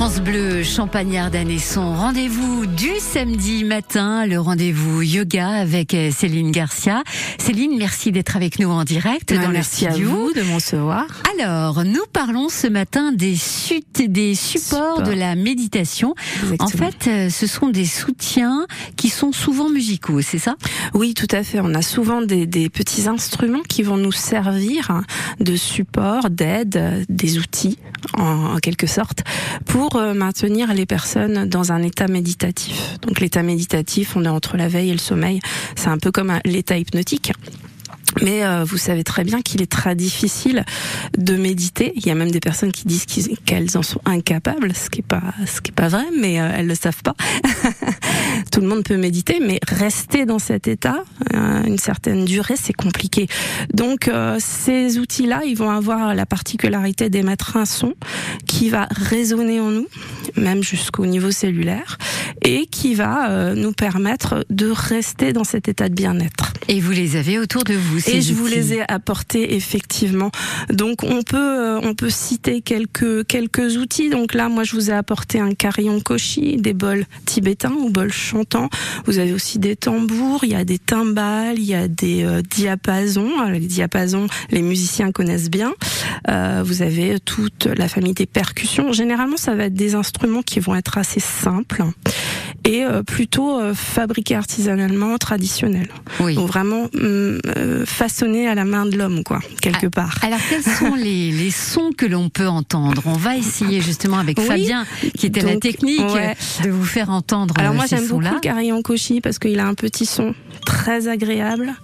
France Bleu Champagne-Ardenne et son rendez-vous du samedi matin, le rendez-vous yoga avec Céline Garcia. Céline, merci d'être avec nous en direct dans le studio. Merci à vous de me recevoir. Alors, nous parlons ce matin des supports de la méditation. Exactement. En fait, ce sont des soutiens qui sont souvent musicaux, c'est ça ? Oui, tout à fait. On a souvent des petits instruments qui vont nous servir de support, d'aide, des outils en quelque sorte, pour maintenir les personnes dans un état méditatif. Donc l'état méditatif, on est entre la veille et le sommeil. C'est un peu comme l'état hypnotique. Mais vous savez très bien qu'il est très difficile de méditer. Il y a même des personnes qui disent qu'elles en sont incapables, ce qui est pas vrai, mais elles le savent pas. Tout le monde peut méditer, mais rester dans cet état une certaine durée, c'est compliqué. Donc ces outils-là, ils vont avoir la particularité d'émettre un son qui va résonner en nous, même jusqu'au niveau cellulaire, et qui va nous permettre de rester dans cet état de bien-être. Et vous les avez autour de vous, ces Et je outils. vous les ai apportés effectivement. Donc on peut citer quelques outils. Donc là, moi je vous ai apporté un carillon koshi, des bols tibétains ou bols chantants. Vous avez aussi des tambours, il y a des timbales, il y a des diapasons. Alors, les diapasons, les musiciens connaissent bien. Vous avez toute la famille des percussions. Généralement, ça va être des instruments qui vont être assez simples et plutôt fabriqués artisanalement, traditionnels. Oui. Donc vraiment façonnés à la main de l'homme, quoi, quelque part. Alors, quels sont les sons que l'on peut entendre ? On va essayer justement avec Fabien, qui était la technique, de vous faire entendre. Alors moi, ces j'aime beaucoup sons-là. le carillon koshi parce qu'il a un petit son très agréable.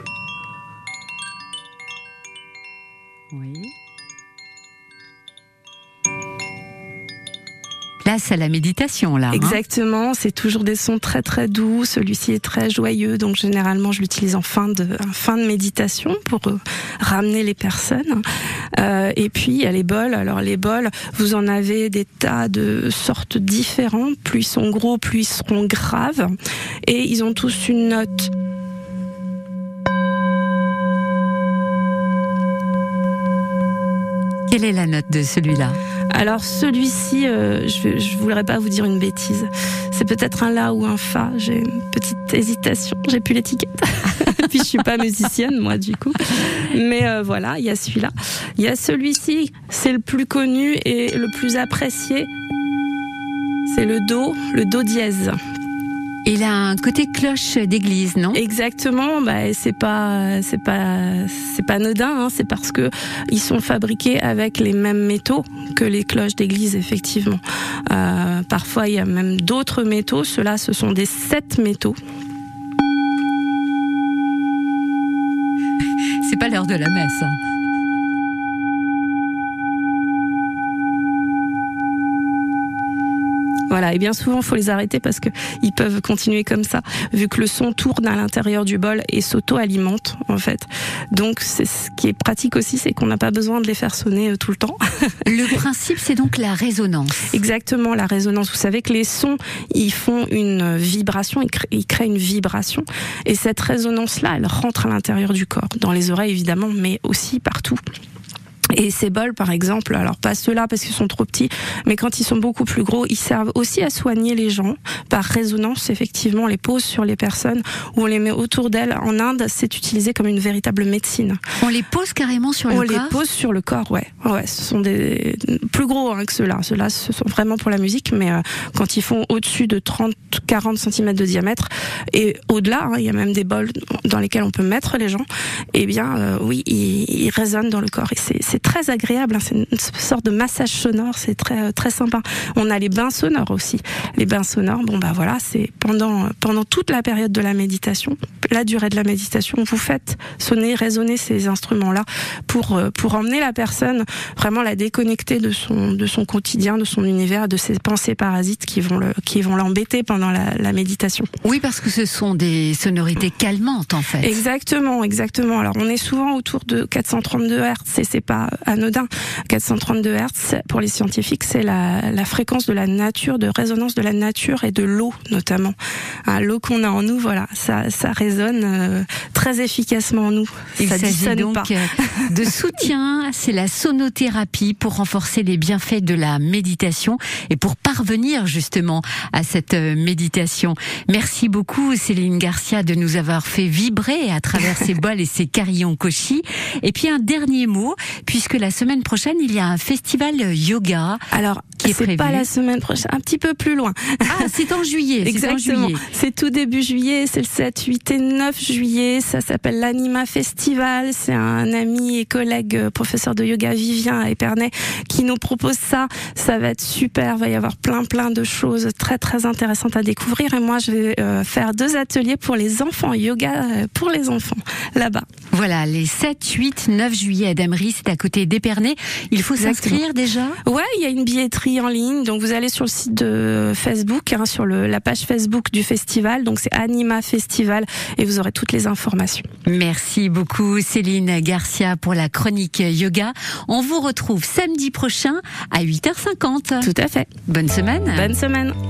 Oui. Place à la méditation, là. Exactement, c'est toujours des sons très très doux. Celui-ci est très joyeux, donc généralement je l'utilise en fin de méditation pour ramener les personnes. Et puis il y a les bols. Alors les bols, vous en avez des tas de sortes différentes. Plus ils sont gros, plus ils seront graves. Et ils ont tous une note. Quelle est la note de celui-là ? Alors celui-ci, je voudrais pas vous dire une bêtise. C'est peut-être un la ou un fa. J'ai une petite hésitation. J'ai plus l'étiquette. Puis je suis pas musicienne moi du coup. Mais voilà, il y a celui-là. Il y a celui-ci. C'est le plus connu et le plus apprécié. C'est le do dièse. Il a un côté cloche d'église, non ? Exactement, c'est pas anodin, hein, c'est parce que ils sont fabriqués avec les mêmes métaux que les cloches d'église, effectivement. Parfois il y a même d'autres métaux, ceux-là ce sont des 7 métaux. C'est pas l'heure de la messe, hein. Voilà, et bien souvent, il faut les arrêter parce que ils peuvent continuer comme ça, vu que le son tourne à l'intérieur du bol et s'auto-alimente, en fait. Donc, c'est ce qui est pratique aussi, c'est qu'on n'a pas besoin de les faire sonner tout le temps. Le principe, c'est donc la résonance. Exactement, la résonance. Vous savez que les sons, ils font une vibration, ils créent une vibration. Et cette résonance-là, elle rentre à l'intérieur du corps, dans les oreilles évidemment, mais aussi partout. Et ces bols, par exemple, alors pas ceux-là parce qu'ils sont trop petits, mais quand ils sont beaucoup plus gros, ils servent aussi à soigner les gens. Par résonance, effectivement, on les pose sur les personnes ou on les met autour d'elles. En Inde, c'est utilisé comme une véritable médecine. On les pose carrément sur le corps ? On les pose sur le corps, ouais. Ce sont des plus gros que ceux-là. Ceux-là, ce sont vraiment pour la musique, mais quand ils font au-dessus de 30-40 cm de diamètre et au-delà, il y a même des bols dans lesquels on peut mettre les gens. Eh bien, oui, ils résonnent dans le corps et c'est très agréable, hein. C'est une sorte de massage sonore, c'est très très sympa. On a les bains sonores aussi. Les bains sonores, voilà, c'est pendant toute la période de la méditation, la durée de la méditation, vous faites sonner, résonner ces instruments-là pour emmener la personne, vraiment la déconnecter de son quotidien, de son univers, de ses pensées parasites qui vont l'embêter pendant la méditation. Oui, parce que ce sont des sonorités calmantes en fait. Exactement. Alors on est souvent autour de 432 Hz et c'est pas anodin. 432 Hz, pour les scientifiques, c'est la fréquence de la nature, de résonance de la nature et de l'eau notamment. L'eau qu'on a en nous, voilà, ça résonne très efficacement en nous. Il ça s'agit donc pas. de soutien, c'est la sonothérapie pour renforcer les bienfaits de la méditation et pour parvenir justement à cette méditation. Merci beaucoup Céline Garcia de nous avoir fait vibrer à travers ces bols et ces carillons Koshi. Et puis un dernier mot, puisque la semaine prochaine il y a un festival yoga. Alors c'est pas la semaine prochaine, un petit peu plus loin. Ah, c'est en juillet. Exactement. C'est tout début juillet, c'est le 7, 8 et 9 juillet. Ça s'appelle l'Anima Festival. C'est un ami et collègue professeur de yoga Vivien à Épernay qui nous propose ça. Ça va être super. Il va y avoir plein de choses très très intéressantes à découvrir. Et moi, je vais faire 2 ateliers pour les enfants, yoga pour les enfants, là-bas. Voilà, les 7, 8, 9 juillet à Damery, c'est à côté d'Épernay. Il faut s'inscrire déjà ? Ouais, il y a une billetterie en ligne. Donc vous allez sur le site de Facebook, sur la page Facebook du festival. Donc c'est Anima Festival et vous aurez toutes les informations. Merci beaucoup Céline Garcia pour la chronique yoga. On vous retrouve samedi prochain à 8h50. Tout à fait. Bonne semaine. Bonne semaine.